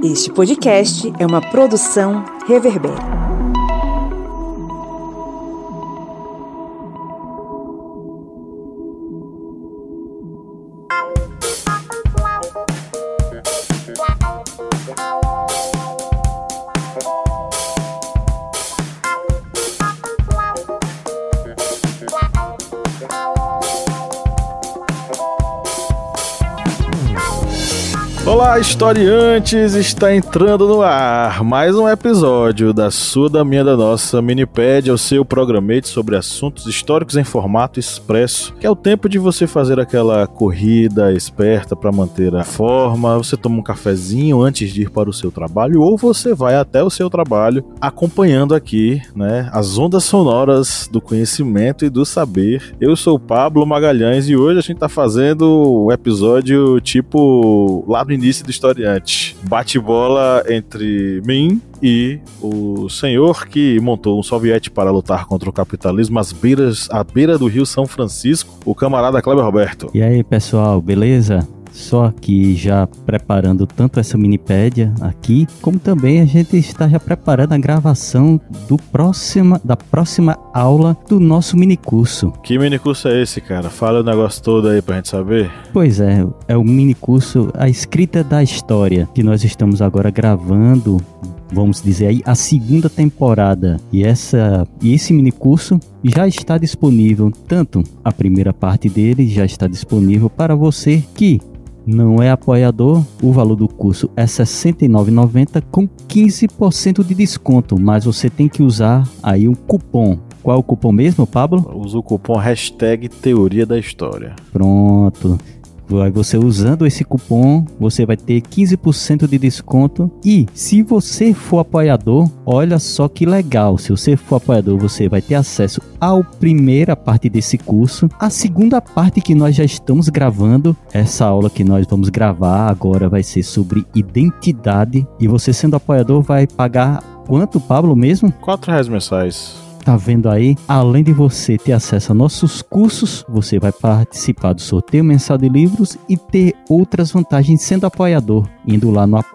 Este podcast é uma produção Reverber. Olá, historiantes! Está entrando no ar mais um episódio da sua, da minha, da nossa Minipédia, o seu programete sobre assuntos históricos em formato expresso, que é o tempo de você fazer aquela corrida esperta para manter a forma. Você toma um cafezinho antes de ir para o seu trabalho ou você vai até o seu trabalho acompanhando aqui, né, as ondas sonoras do conhecimento e do saber. Eu sou o Pablo Magalhães e hoje a gente está fazendo o episódio tipo lá do início do historiante. Bate-bola entre mim e o senhor que montou um soviete para lutar contra o capitalismo à beira do Rio São Francisco, o camarada Kleber Roberto. E aí, pessoal, beleza? Só aqui já preparando tanto essa minipédia aqui, como também a gente está já preparando a gravação da próxima aula do nosso minicurso. Que minicurso é esse, cara? Fala o negócio todo aí pra gente saber. Pois é o minicurso A Escrita da História, que nós estamos agora gravando, vamos dizer aí, a segunda temporada. E esse minicurso já está disponível, tanto a primeira parte dele já está disponível para você que não é apoiador. O valor do curso é R$ 69,90 com 15% de desconto, mas você tem que usar aí um cupom. Qual é o cupom mesmo, Pablo? Usa o cupom #Teoria da História. Pronto. Aí você usando esse cupom, você vai ter 15% de desconto. E se você for apoiador, olha só que legal. Se você for apoiador, você vai ter acesso à primeira parte desse curso. A segunda parte que nós já estamos gravando, essa aula que nós vamos gravar agora vai ser sobre identidade. E você sendo apoiador vai pagar quanto, Pablo, mesmo? R$4 mensais. Tá vendo aí? Além de você ter acesso a nossos cursos, você vai participar do sorteio mensal de livros e ter outras vantagens sendo apoiador, indo lá no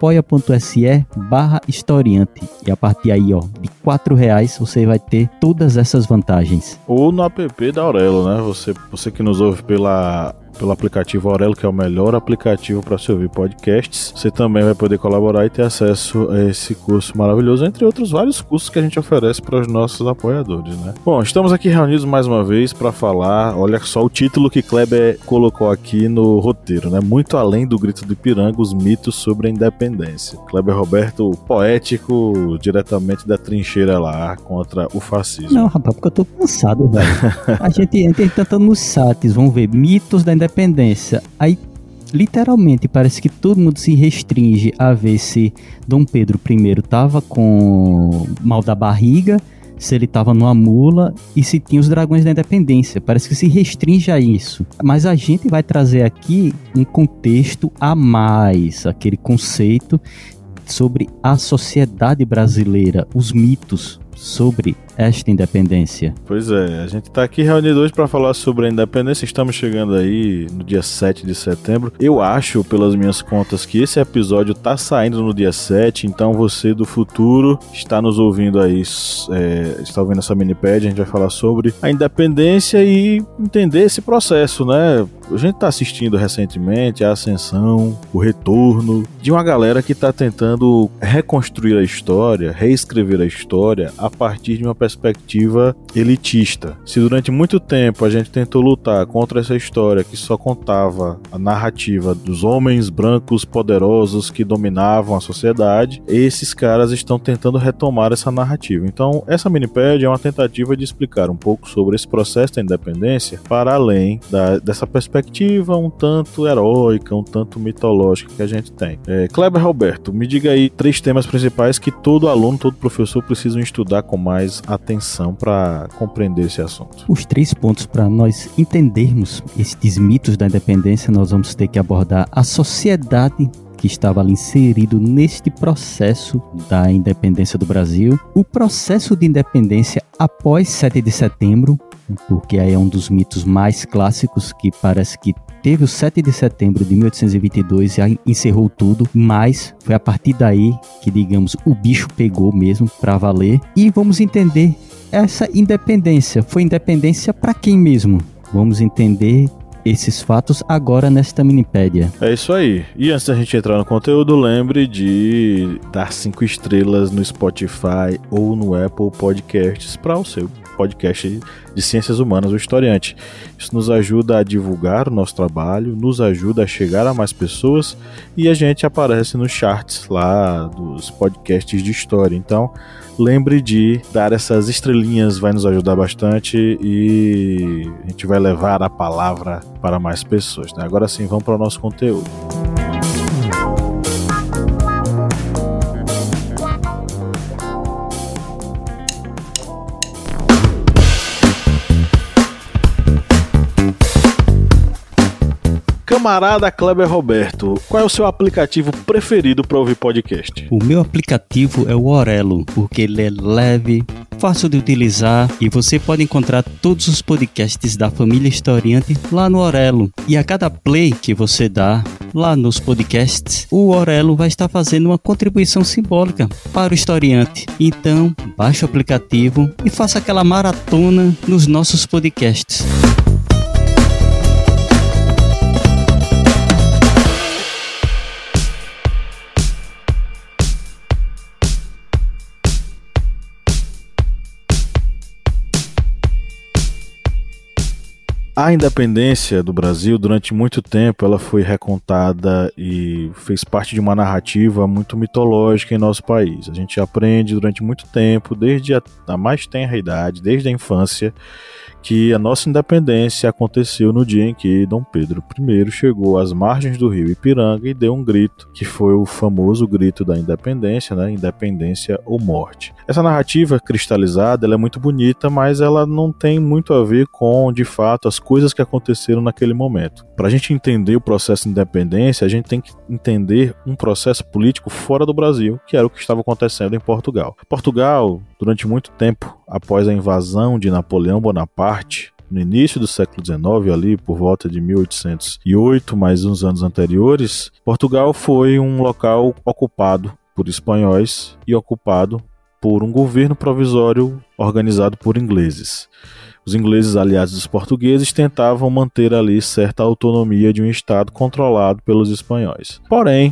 apoia.se/historiante. E a partir aí, ó, de R$4 você vai ter todas essas vantagens. Ou no app da Aurelo, né? Você que nos ouve pelo aplicativo Aurelo, que é o melhor aplicativo para se ouvir podcasts, você também vai poder colaborar e ter acesso a esse curso maravilhoso, entre outros vários cursos que a gente oferece para os nossos apoiadores, né? Bom, estamos aqui reunidos mais uma vez para falar, olha só o título que Kleber colocou aqui no roteiro, né? Muito além do grito do Ipiranga, os mitos sobre a independência. Kleber Roberto, poético, diretamente da trincheira lá, contra o fascismo. Não, rapaz, porque eu tô cansado, velho. A gente tentando nos sites, vamos ver, mitos da independência. Aí, literalmente, parece que todo mundo se restringe a ver se Dom Pedro I tava com mal da barriga, se ele tava numa mula e se tinha os dragões da independência. Parece que se restringe a isso. Mas a gente vai trazer aqui um contexto a mais, aquele conceito sobre a sociedade brasileira, os mitos sobre esta independência. Pois é, a gente está aqui reunido hoje para falar sobre a independência. Estamos chegando aí no dia 7 de setembro. Eu acho, pelas minhas contas, que esse episódio está saindo no dia 7, então você do futuro está nos ouvindo aí, está ouvindo essa minipédia, a gente vai falar sobre a independência e entender esse processo, né? A gente está assistindo recentemente a ascensão, o retorno de uma galera que está tentando reconstruir a história, reescrever a história a partir de uma perspectiva elitista. Se durante muito tempo a gente tentou lutar contra essa história que só contava a narrativa dos homens brancos poderosos que dominavam a sociedade, esses caras estão tentando retomar essa narrativa. Então, essa minipédia é uma tentativa de explicar um pouco sobre esse processo da independência para além dessa perspectiva um tanto heróica, um tanto mitológica que a gente tem. Kleber Roberto, me diga aí 3 temas principais que todo aluno, todo professor precisam estudar com mais atenção para compreender esse assunto. Os 3 pontos para nós entendermos esses mitos da independência, nós vamos ter que abordar a sociedade que estava ali inserido neste processo da independência do Brasil, o processo de independência após 7 de setembro, porque aí é um dos mitos mais clássicos que parece que teve o 7 de setembro de 1822 e aí encerrou tudo, mas foi a partir daí que, digamos, o bicho pegou mesmo pra valer. E vamos entender essa independência. Foi independência pra quem mesmo? Vamos entender esses fatos agora nesta minipédia. É isso aí. E antes da gente entrar no conteúdo, lembre de dar 5 estrelas no Spotify ou no Apple Podcasts para o seu podcast de Ciências Humanas, o Historiante. Isso nos ajuda a divulgar o nosso trabalho, nos ajuda a chegar a mais pessoas e a gente aparece nos charts lá dos podcasts de história. Então, lembre de dar essas estrelinhas, vai nos ajudar bastante e a gente vai levar a palavra para mais pessoas, né? Agora sim, vamos para o nosso conteúdo. Camarada Kleber Roberto, qual é o seu aplicativo preferido para ouvir podcast? O meu aplicativo é o Orelo, porque ele é leve, fácil de utilizar e você pode encontrar todos os podcasts da família Historiante lá no Orelo. E a cada play que você dá lá nos podcasts, o Orelo vai estar fazendo uma contribuição simbólica para o Historiante. Então, baixe o aplicativo e faça aquela maratona nos nossos podcasts. A independência do Brasil, durante muito tempo, ela foi recontada e fez parte de uma narrativa muito mitológica em nosso país. A gente aprende durante muito tempo, desde a mais tenra idade, desde a infância, que a nossa independência aconteceu no dia em que Dom Pedro I chegou às margens do rio Ipiranga e deu um grito, que foi o famoso grito da independência, né? Independência ou morte. Essa narrativa cristalizada, ela é muito bonita, mas ela não tem muito a ver com, de fato, as coisas que aconteceram naquele momento. Para a gente entender o processo de independência, a gente tem que entender um processo político fora do Brasil, que era o que estava acontecendo em Portugal. Portugal, durante muito tempo, após a invasão de Napoleão Bonaparte, no início do século XIX, ali por volta de 1808, mais uns anos anteriores, Portugal foi um local ocupado por espanhóis e ocupado por um governo provisório organizado por ingleses. Os ingleses, aliados dos portugueses, tentavam manter ali certa autonomia de um estado controlado pelos espanhóis. Porém,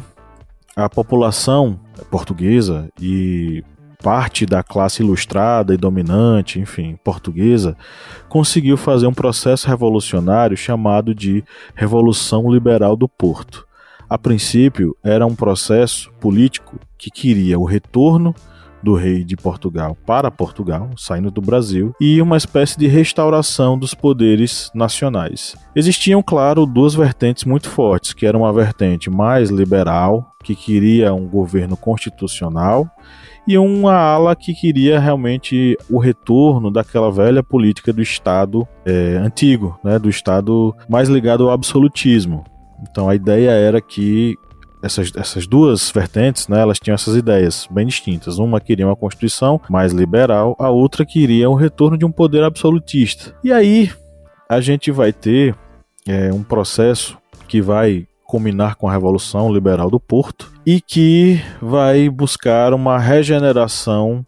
a população portuguesa e parte da classe ilustrada e dominante, enfim, portuguesa, conseguiu fazer um processo revolucionário chamado de Revolução Liberal do Porto. A princípio, era um processo político que queria o retorno do rei de Portugal para Portugal, saindo do Brasil, e uma espécie de restauração dos poderes nacionais. Existiam, claro, duas vertentes muito fortes, que era uma vertente mais liberal, que queria um governo constitucional, e uma ala que queria realmente o retorno daquela velha política do Estado antigo, né, do Estado mais ligado ao absolutismo. Então a ideia era que essas duas vertentes, né, elas tinham essas ideias bem distintas. Uma queria uma constituição mais liberal, a outra queria o retorno de um poder absolutista. E aí a gente vai ter um processo que vai culminar com a Revolução Liberal do Porto e que vai buscar uma regeneração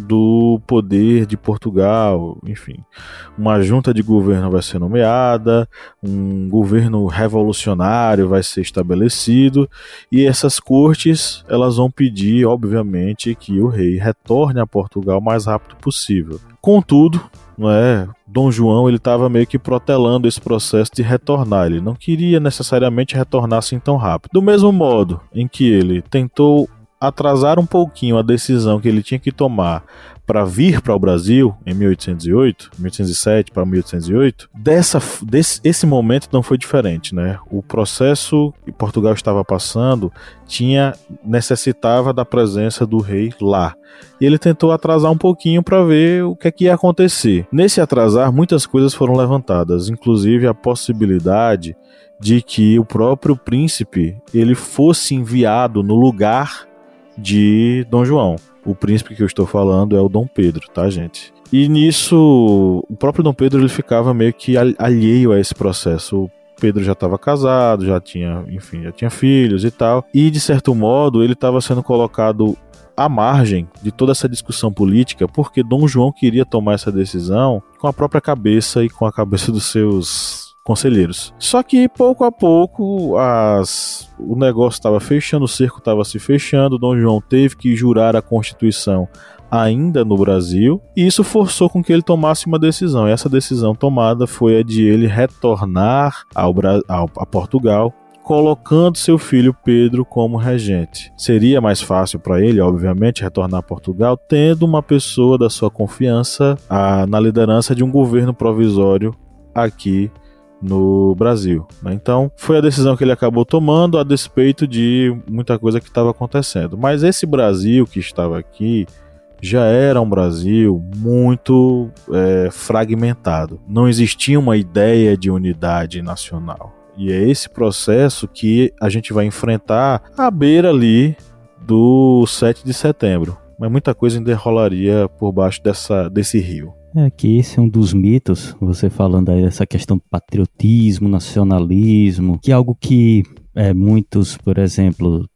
do poder de Portugal, enfim. Uma junta de governo vai ser nomeada, um governo revolucionário vai ser estabelecido e essas cortes, elas vão pedir, obviamente, que o rei retorne a Portugal o mais rápido possível. Contudo, Dom João ele estava meio que protelando esse processo de retornar, ele não queria necessariamente retornar assim tão rápido. Do mesmo modo em que ele tentou atrasar um pouquinho a decisão que ele tinha que tomar para vir para o Brasil em 1807 para 1808, esse momento não foi diferente, né? O processo que Portugal estava passando necessitava da presença do rei lá. E ele tentou atrasar um pouquinho para ver o que ia acontecer. Nesse atrasar, muitas coisas foram levantadas, inclusive a possibilidade de que o próprio príncipe ele fosse enviado no lugar de Dom João. O príncipe que eu estou falando é o Dom Pedro, tá, gente? E nisso, o próprio Dom Pedro ele ficava meio que alheio a esse processo. Pedro já estava casado, já tinha filhos e tal. E, de certo modo, ele estava sendo colocado à margem de toda essa discussão política, porque Dom João queria tomar essa decisão com a própria cabeça e com a cabeça dos seus conselheiros. Só que pouco a pouco o negócio estava fechando, o cerco estava se fechando, Dom João teve que jurar a Constituição ainda no Brasil, e isso forçou com que ele tomasse uma decisão. E essa decisão tomada foi a de ele retornar a Portugal, colocando seu filho Pedro como regente. Seria mais fácil para ele, obviamente, retornar a Portugal, tendo uma pessoa da sua confiança na liderança de um governo provisório aqui no Brasil. Então, foi a decisão que ele acabou tomando a despeito de muita coisa que estava acontecendo. Mas esse Brasil que estava aqui já era um Brasil muito fragmentado. Não existia uma ideia de unidade nacional. E é esse processo que a gente vai enfrentar à beira ali do 7 de setembro. Mas muita coisa ainda rolaria por baixo desse rio. Que esse é um dos mitos, você falando aí dessa questão do patriotismo, nacionalismo, que é algo que muitos, por exemplo,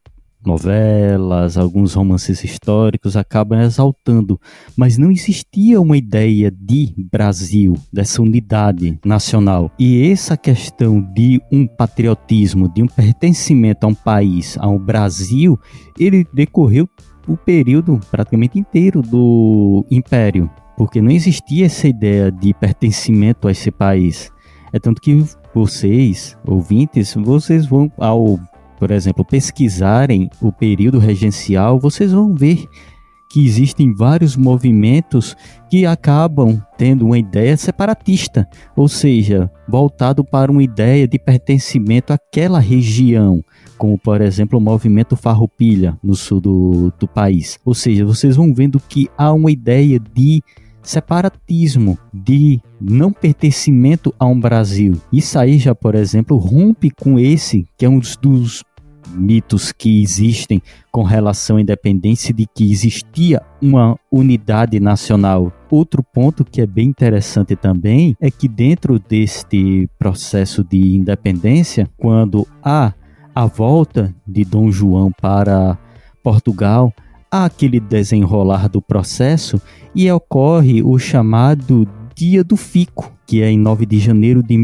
novelas, alguns romances históricos acabam exaltando, mas não existia uma ideia de Brasil, dessa unidade nacional. E essa questão de um patriotismo, de um pertencimento a um país, ao Brasil, ele decorreu o período praticamente inteiro do Império, porque não existia essa ideia de pertencimento a esse país. É tanto que vocês, ouvintes, vocês vão por exemplo, pesquisarem o período regencial, vocês vão ver que existem vários movimentos que acabam tendo uma ideia separatista, ou seja, voltado para uma ideia de pertencimento àquela região, como, por exemplo, o movimento Farroupilha, no sul do país. Ou seja, vocês vão vendo que há uma ideia de separatismo, de não pertencimento a um Brasil. Isso aí já, por exemplo, rompe com esse, que é um dos mitos que existem com relação à independência, de que existia uma unidade nacional. Outro ponto que é bem interessante também é que dentro deste processo de independência, quando há a volta de Dom João para Portugal, há aquele desenrolar do processo e ocorre o chamado Dia do Fico, que é em 9 de janeiro de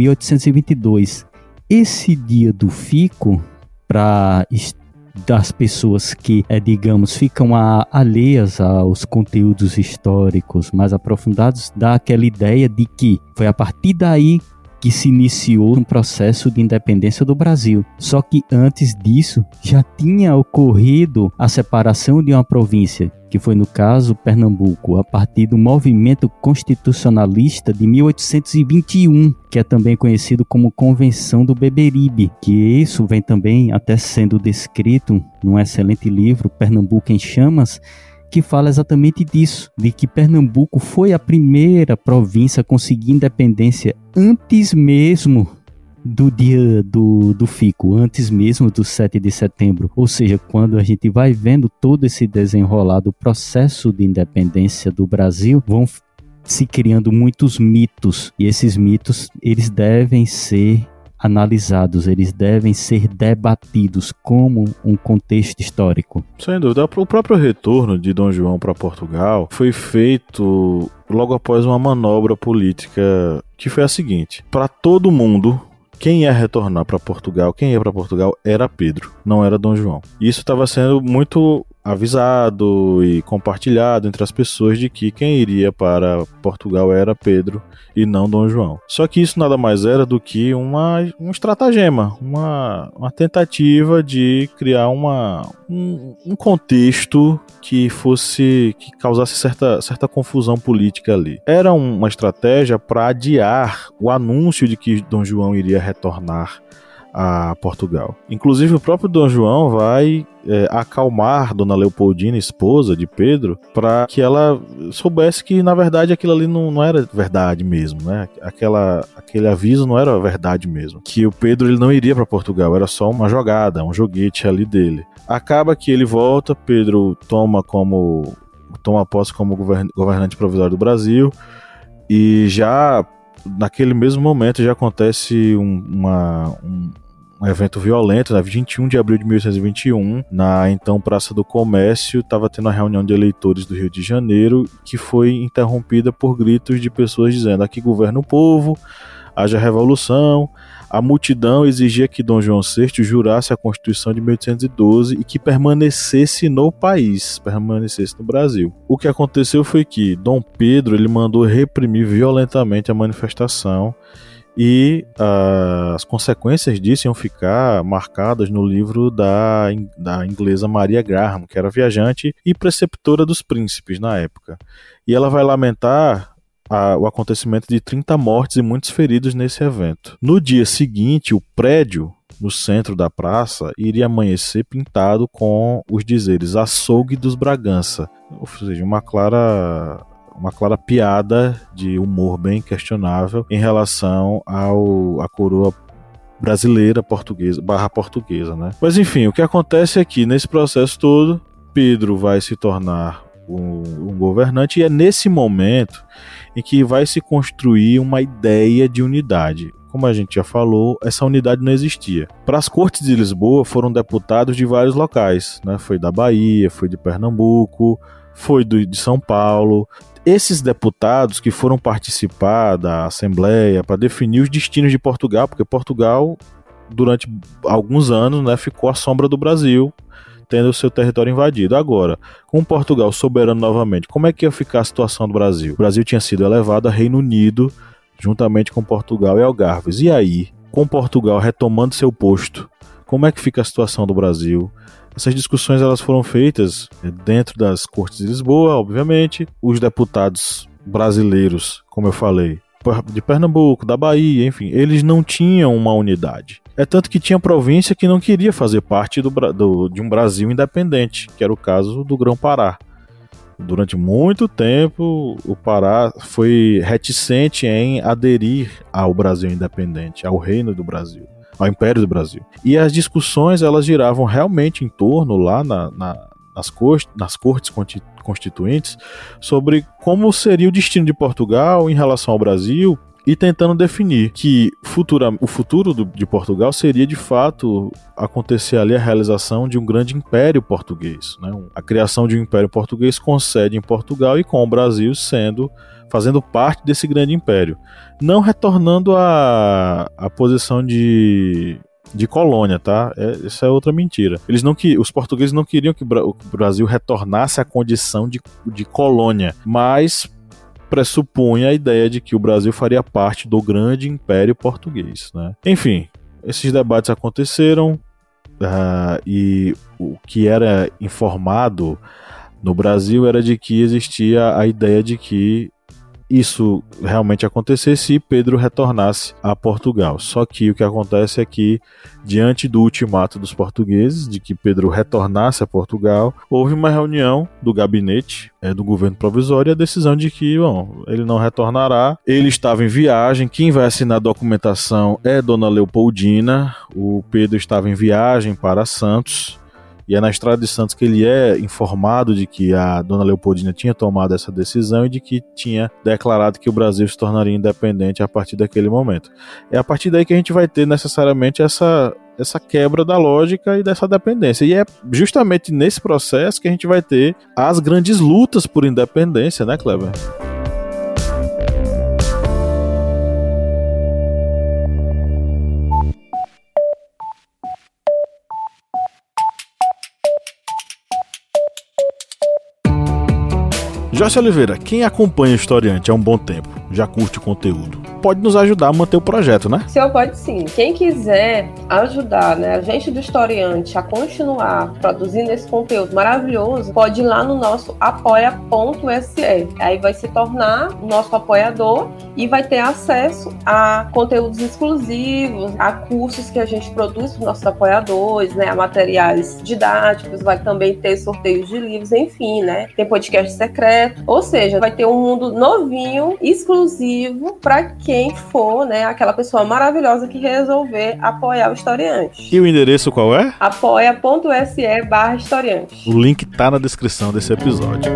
1822. Esse Dia do Fico, para das pessoas que, digamos, ficam alheias aos conteúdos históricos mais aprofundados, dá aquela ideia de que foi a partir daí que se iniciou um processo de independência do Brasil. Só que antes disso já tinha ocorrido a separação de uma província, que foi no caso Pernambuco, a partir do movimento constitucionalista de 1821, que é também conhecido como Convenção do Beberibe, que isso vem também até sendo descrito num excelente livro, Pernambuco em Chamas, que fala exatamente disso, de que Pernambuco foi a primeira província a conseguir independência antes mesmo do dia do Fico, antes mesmo do 7 de setembro. Ou seja, quando a gente vai vendo todo esse desenrolar do processo de independência do Brasil, vão se criando muitos mitos, e esses mitos, eles devem ser analisados, eles devem ser debatidos como um contexto histórico. Sem dúvida. O próprio retorno de Dom João para Portugal foi feito logo após uma manobra política que foi a seguinte: para todo mundo, quem ia retornar para Portugal, quem ia para Portugal era Pedro, não era Dom João. Isso estava sendo muito avisado e compartilhado entre as pessoas de que quem iria para Portugal era Pedro e não Dom João. Só que isso nada mais era do que um estratagema, uma tentativa de criar um contexto que causasse certa confusão política ali. Era uma estratégia para adiar o anúncio de que Dom João iria retornar a Portugal. Inclusive o próprio Dom João vai acalmar Dona Leopoldina, esposa de Pedro, para que ela soubesse que na verdade aquilo ali não era verdade mesmo, né? Aquele aviso não era verdade mesmo, que o Pedro ele não iria para Portugal, era só uma jogada, um joguete ali dele. Acaba que ele volta, Pedro toma posse como governante provisório do Brasil, e já naquele mesmo momento já acontece um evento violento, na 21 de abril de 1821, na então Praça do Comércio, estava tendo uma reunião de eleitores do Rio de Janeiro, que foi interrompida por gritos de pessoas dizendo: aqui governa o povo, haja revolução. A multidão exigia que Dom João VI jurasse a Constituição de 1812 e que permanecesse no país, permanecesse no Brasil. O que aconteceu foi que Dom Pedro ele mandou reprimir violentamente a manifestação, e as consequências disso iam ficar marcadas no livro da inglesa Maria Graham, que era viajante e preceptora dos príncipes na época. E ela vai lamentar o acontecimento de 30 mortes e muitos feridos nesse evento. No dia seguinte, o prédio no centro da praça iria amanhecer pintado com os dizeres Açougue dos Bragança, ou seja, uma clara piada de humor bem questionável em relação à coroa brasileira portuguesa, né? Mas enfim, o que acontece é que nesse processo todo, Pedro vai se tornar um governante, e é nesse momento em que vai se construir uma ideia de unidade. Como a gente já falou, essa unidade não existia. Para as Cortes de Lisboa foram deputados de vários locais, né? Foi da Bahia, foi de Pernambuco, foi de São Paulo. Esses deputados que foram participar da Assembleia para definir os destinos de Portugal, porque Portugal, durante alguns anos, né, ficou à sombra do Brasil, tendo o seu território invadido. Agora, com Portugal soberano novamente, como é que ia ficar a situação do Brasil? O Brasil tinha sido elevado a Reino Unido, juntamente com Portugal e Algarves. E aí, com Portugal retomando seu posto, como é que fica a situação do Brasil? Essas discussões elas foram feitas dentro das Cortes de Lisboa, obviamente. Os deputados brasileiros, como eu falei, de Pernambuco, da Bahia, enfim, eles não tinham uma unidade. É tanto que tinha província que não queria fazer parte de um Brasil independente, que era o caso do Grão-Pará. Durante muito tempo, o Pará foi reticente em aderir ao Brasil independente, ao Reino do Brasil, ao Império do Brasil. E as discussões elas giravam realmente em torno, lá nas cortes constituintes, sobre como seria o destino de Portugal em relação ao Brasil, e tentando definir que o futuro de Portugal seria de fato acontecer ali a realização de um grande império português, né? A criação de um império português com sede em Portugal e com o Brasil fazendo parte desse grande império, não retornando à posição de colônia, tá? Essa é outra mentira. Os portugueses não queriam que o Brasil retornasse à condição de colônia, mas pressupunha a ideia de que o Brasil faria parte do grande império português, né? Enfim, esses debates aconteceram, e o que era informado no Brasil era de que existia a ideia de que isso realmente acontecesse e Pedro retornasse a Portugal. Só que o que acontece é que, diante do ultimato dos portugueses de que Pedro retornasse a Portugal, houve uma reunião do gabinete do governo provisório e a decisão de que, ele não retornará. Ele estava em viagem, quem vai assinar a documentação é Dona Leopoldina. O Pedro estava em viagem para Santos, e é na estrada de Santos que ele é informado de que a Dona Leopoldina tinha tomado essa decisão e de que tinha declarado que o Brasil se tornaria independente a partir daquele momento. É a partir daí que a gente vai ter necessariamente essa quebra da lógica e dessa dependência. E é justamente nesse processo que a gente vai ter as grandes lutas por independência, né, Kleber? Joyce Oliveira, quem acompanha o Historiante há um bom tempo, já curte o conteúdo, pode nos ajudar a manter o projeto, né? Senhor, pode sim. Quem quiser ajudar, né, a gente do Historiante a continuar produzindo esse conteúdo maravilhoso, pode ir lá no nosso apoia.se. Aí vai se tornar nosso apoiador e vai ter acesso a conteúdos exclusivos, a cursos que a gente produz para os nossos apoiadores, né, a materiais didáticos, vai também ter sorteios de livros, enfim, né? Tem podcast secreto, ou seja, vai ter um mundo novinho, exclusivo para quem for, né, aquela pessoa maravilhosa que resolver apoiar o Historiante. E o endereço qual é? apoia.se/historiante. O link tá na descrição desse episódio.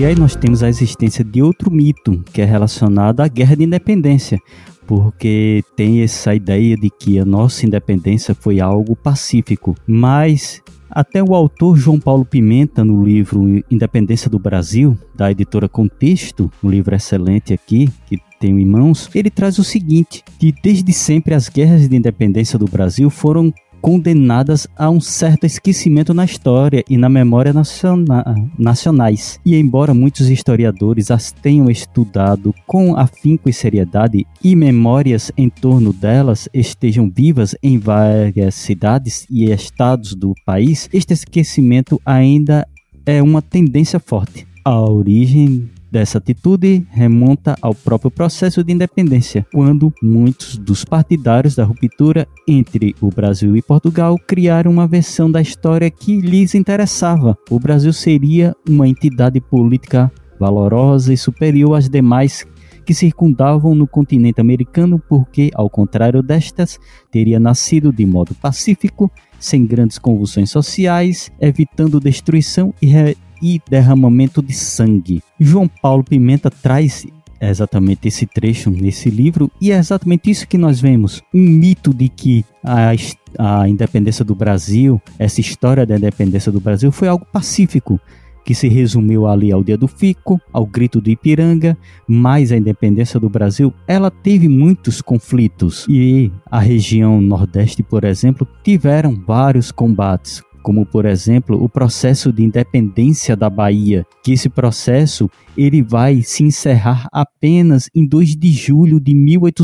E aí nós temos a existência de outro mito, que é relacionado à Guerra de Independência, porque tem essa ideia de que a nossa independência foi algo pacífico, mas até o autor João Paulo Pimenta, no livro Independência do Brasil, da editora Contexto, um livro excelente aqui, que tenho em mãos, ele traz o seguinte, que desde sempre as guerras de independência do Brasil foram condenadas a um certo esquecimento na história e na memória nacionais. E embora muitos historiadores as tenham estudado com afinco e seriedade e memórias em torno delas estejam vivas em várias cidades e estados do país, este esquecimento ainda é uma tendência forte. A origem dessa atitude remonta ao próprio processo de independência, quando muitos dos partidários da ruptura entre o Brasil e Portugal criaram uma versão da história que lhes interessava. O Brasil seria uma entidade política valorosa e superior às demais que circundavam no continente americano, porque, ao contrário destas, teria nascido de modo pacífico, sem grandes convulsões sociais, evitando destruição e derramamento de sangue. João Paulo Pimenta traz exatamente esse trecho nesse livro e é exatamente isso que nós vemos. Um mito de que a independência do Brasil, essa história da independência do Brasil foi algo pacífico, que se resumiu ali ao Dia do Fico, ao Grito do Ipiranga, mas a independência do Brasil, ela teve muitos conflitos e a região Nordeste, por exemplo, tiveram vários combates, como por exemplo o processo de independência da Bahia, que esse processo ele vai se encerrar apenas em 2 de julho de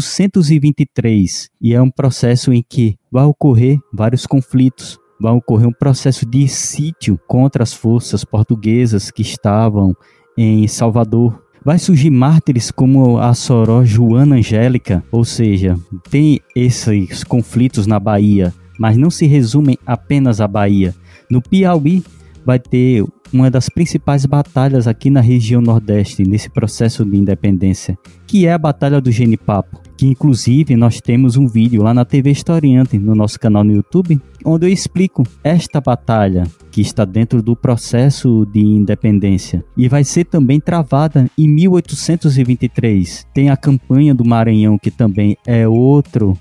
1823 e é um processo em que vai ocorrer vários conflitos, vai ocorrer um processo de sítio contra as forças portuguesas que estavam em Salvador. Vai surgir mártires como a Soró Joana Angélica, ou seja, tem esses conflitos na Bahia, mas não se resumem apenas à Bahia. No Piauí vai ter uma das principais batalhas aqui na região Nordeste, nesse processo de independência, que é a Batalha do Genipapo, que inclusive nós temos um vídeo lá na TV Historiante, no nosso canal no YouTube, onde eu explico esta batalha, que está dentro do processo de independência, e vai ser também travada em 1823. Tem a campanha do Maranhão, que também é outro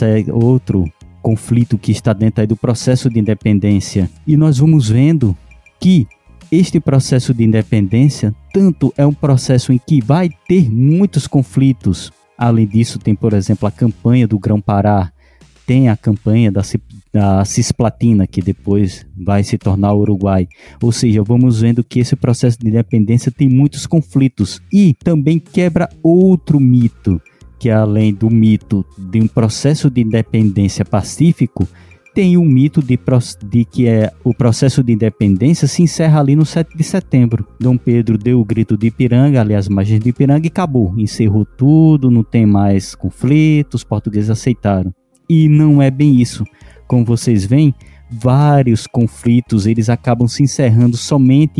conflito que está dentro aí do processo de independência. E nós vamos vendo que este processo de independência tanto é um processo em que vai ter muitos conflitos. Além disso, tem, por exemplo, a campanha do Grão-Pará, tem a campanha da Cisplatina, que depois vai se tornar o Uruguai. Ou seja, vamos vendo que esse processo de independência tem muitos conflitos e também quebra outro mito, que além do mito de um processo de independência pacífico, tem um mito de que o processo de independência se encerra ali no 7 de setembro. Dom Pedro deu o Grito de Ipiranga, ali às margens de Ipiranga, e acabou. Encerrou tudo, não tem mais conflitos, os portugueses aceitaram. E não é bem isso. Como vocês veem, vários conflitos eles acabam se encerrando somente em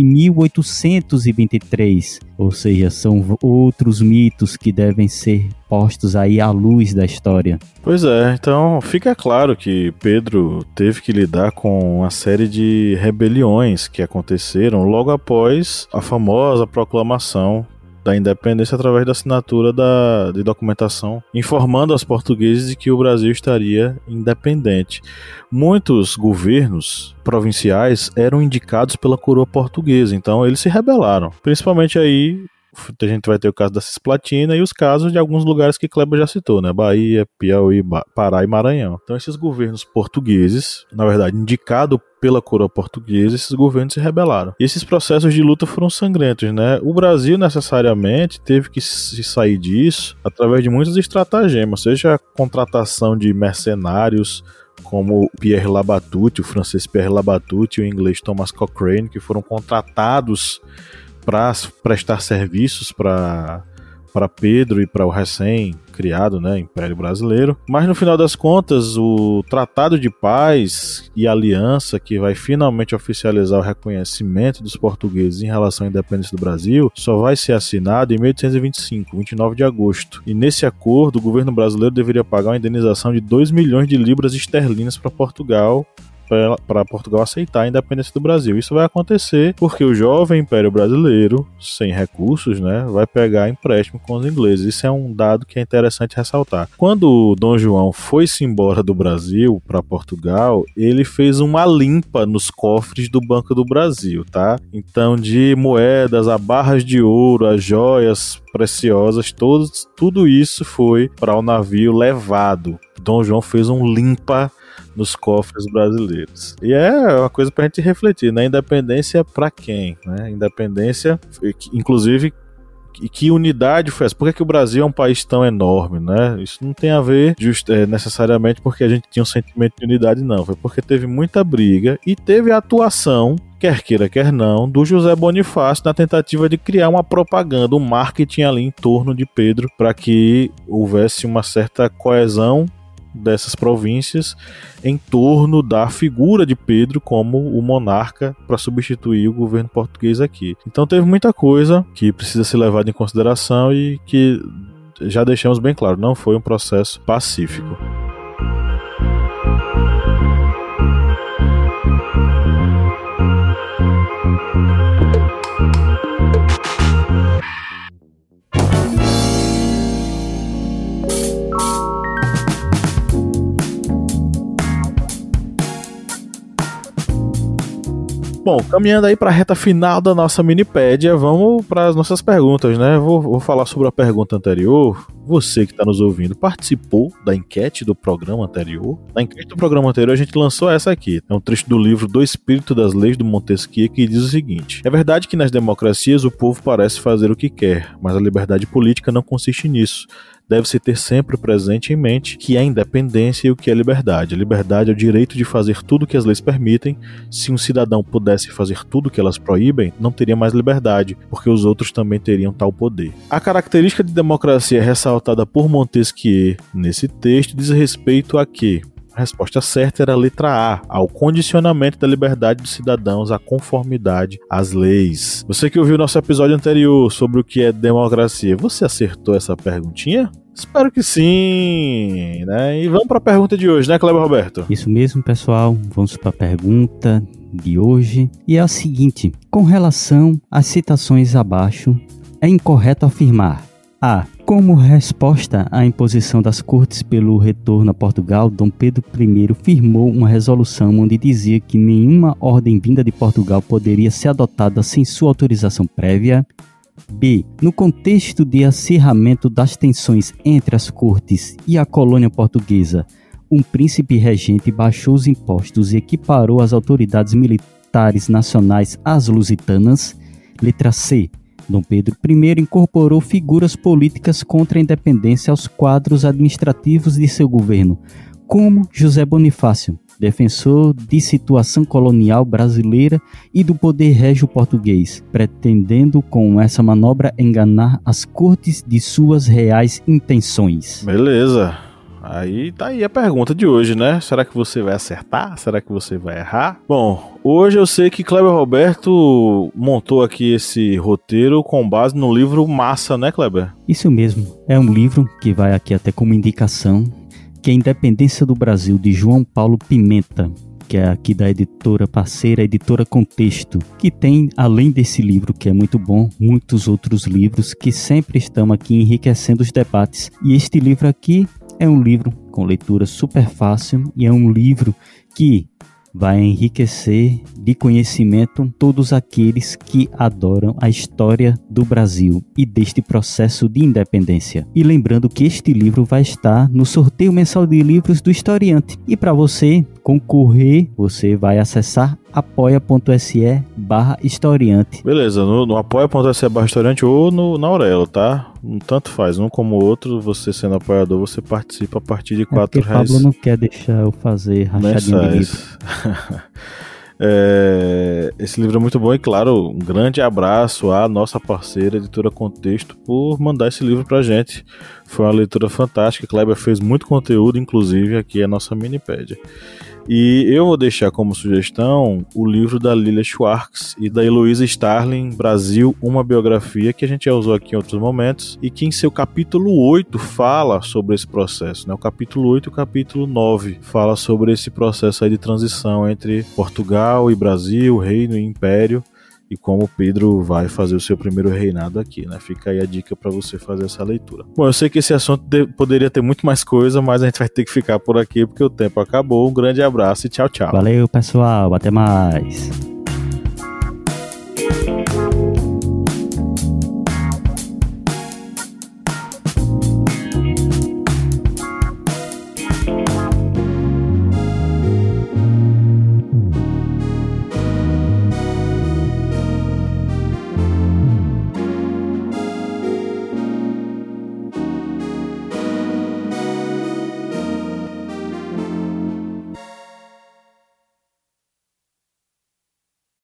1823. Ou seja, são outros mitos que devem ser postos aí à luz da história. Pois é, então fica claro que Pedro teve que lidar com uma série de rebeliões que aconteceram logo após a famosa proclamação da independência através da assinatura de documentação informando aos portugueses de que o Brasil estaria independente. Muitos governos provinciais eram indicados pela coroa portuguesa, então eles se rebelaram. Principalmente aí a gente vai ter o caso da Cisplatina e os casos de alguns lugares que Kleber já citou, né? Bahia, Piauí, Pará e Maranhão. Então esses governos portugueses, na verdade, indicado pela coroa portuguesa, esses governos se rebelaram. E esses processos de luta foram sangrentos, né? O Brasil necessariamente teve que se sair disso através de muitas estratagemas, seja a contratação de mercenários como o Pierre Labatut, o francês Pierre Labatut e o inglês Thomas Cochrane, que foram contratados para prestar serviços para Pedro e para o recém-criado, né, Império Brasileiro. Mas no final das contas, o Tratado de Paz e Aliança, que vai finalmente oficializar o reconhecimento dos portugueses em relação à independência do Brasil, só vai ser assinado em 1825, 29 de agosto. E nesse acordo, o governo brasileiro deveria pagar uma indenização de 2 milhões de libras esterlinas para Portugal para Portugal aceitar a independência do Brasil. Isso vai acontecer porque o jovem Império Brasileiro, sem recursos, né, vai pegar empréstimo com os ingleses. Isso é um dado que é interessante ressaltar. Quando Dom João foi-se embora do Brasil para Portugal, ele fez uma limpa nos cofres do Banco do Brasil, tá? Então, de moedas a barras de ouro, a joias preciosas, tudo isso foi para o navio levado. Dom João fez um limpa nos cofres brasileiros. E é uma coisa pra gente refletir, né? Independência pra quem, né? Independência, inclusive, que unidade foi essa? Por que o Brasil é um país tão enorme, né? Isso não tem a ver necessariamente porque a gente tinha um sentimento de unidade, não. Foi porque teve muita briga e teve a atuação, quer queira, quer não, do José Bonifácio na tentativa de criar uma propaganda, um marketing ali em torno de Pedro, para que houvesse uma certa coesão dessas províncias em torno da figura de Pedro como o monarca para substituir o governo português aqui. Então teve muita coisa que precisa ser levada em consideração e que já deixamos bem claro, não foi um processo pacífico. Bom, caminhando aí para a reta final da nossa minipédia, vamos para as nossas perguntas, né? Vou falar sobre a pergunta anterior. Você que está nos ouvindo participou da enquete do programa anterior? Na enquete do programa anterior a gente lançou essa aqui. É um trecho do livro Do Espírito das Leis do Montesquieu que diz o seguinte: é verdade que nas democracias o povo parece fazer o que quer, mas a liberdade política não consiste nisso. Deve-se ter sempre presente em mente que é independência e o que é liberdade. A liberdade é o direito de fazer tudo o que as leis permitem. Se um cidadão pudesse fazer tudo o que elas proíbem, não teria mais liberdade, porque os outros também teriam tal poder. A característica de democracia ressaltada por Montesquieu nesse texto diz respeito a quê? A resposta certa era a letra A, ao condicionamento da liberdade dos cidadãos à conformidade às leis. Você que ouviu nosso episódio anterior sobre o que é democracia, você acertou essa perguntinha? Espero que sim, né? E vamos para a pergunta de hoje, né, Kleber Roberto? Isso mesmo, pessoal. Vamos para a pergunta de hoje. E é a seguinte: com relação às citações abaixo, é incorreto afirmar: A. Como resposta à imposição das cortes pelo retorno a Portugal, Dom Pedro I firmou uma resolução onde dizia que nenhuma ordem vinda de Portugal poderia ser adotada sem sua autorização prévia. B. No contexto de acirramento das tensões entre as cortes e a colônia portuguesa, um príncipe regente baixou os impostos e equiparou as autoridades militares nacionais às lusitanas. Letra C. Dom Pedro I incorporou figuras políticas contra a independência aos quadros administrativos de seu governo, como José Bonifácio, defensor de situação colonial brasileira e do poder régio português, pretendendo com essa manobra enganar as cortes de suas reais intenções. Beleza. Aí tá aí a pergunta de hoje, né? Será que você vai acertar? Será que você vai errar? Bom, hoje eu sei que Kleber Roberto montou aqui esse roteiro com base no livro Massa, né, Kleber? Isso mesmo. É um livro que vai aqui até como indicação, que é Independência do Brasil, de João Paulo Pimenta, que é aqui da editora parceira, a Editora Contexto, que tem, além desse livro, que é muito bom, muitos outros livros que sempre estão aqui enriquecendo os debates. E este livro aqui é um livro com leitura super fácil e é um livro que vai enriquecer de conhecimento todos aqueles que adoram a história do Brasil e deste processo de independência. E lembrando que este livro vai estar no sorteio mensal de livros do Historiante. E para você concorrer, você vai acessar apoia.se/historiante. Beleza, no apoia.se/historiante ou na Aurelo, tá? Tanto faz, um como o outro, você sendo apoiador, você participa a partir de R$4. Porque Pablo não quer deixar eu fazer rachadinha de livro. Esse livro é muito bom e, claro, um grande abraço à nossa parceira Editora Contexto por mandar esse livro pra gente. Foi uma leitura fantástica, Kleber fez muito conteúdo, inclusive aqui é a nossa minipédia. E eu vou deixar como sugestão o livro da Lilia Schwartz e da Heloísa Starling, Brasil, uma biografia, que a gente já usou aqui em outros momentos, e que em seu capítulo 8 fala sobre esse processo, né? O capítulo 8 e o capítulo 9 fala sobre esse processo aí de transição entre Portugal e Brasil, reino e império, e como Pedro vai fazer o seu primeiro reinado aqui, né? Fica aí a dica para você fazer essa leitura. Bom, eu sei que esse assunto poderia ter muito mais coisa, mas a gente vai ter que ficar por aqui porque o tempo acabou. Um grande abraço e tchau, tchau. Valeu, pessoal. Até mais.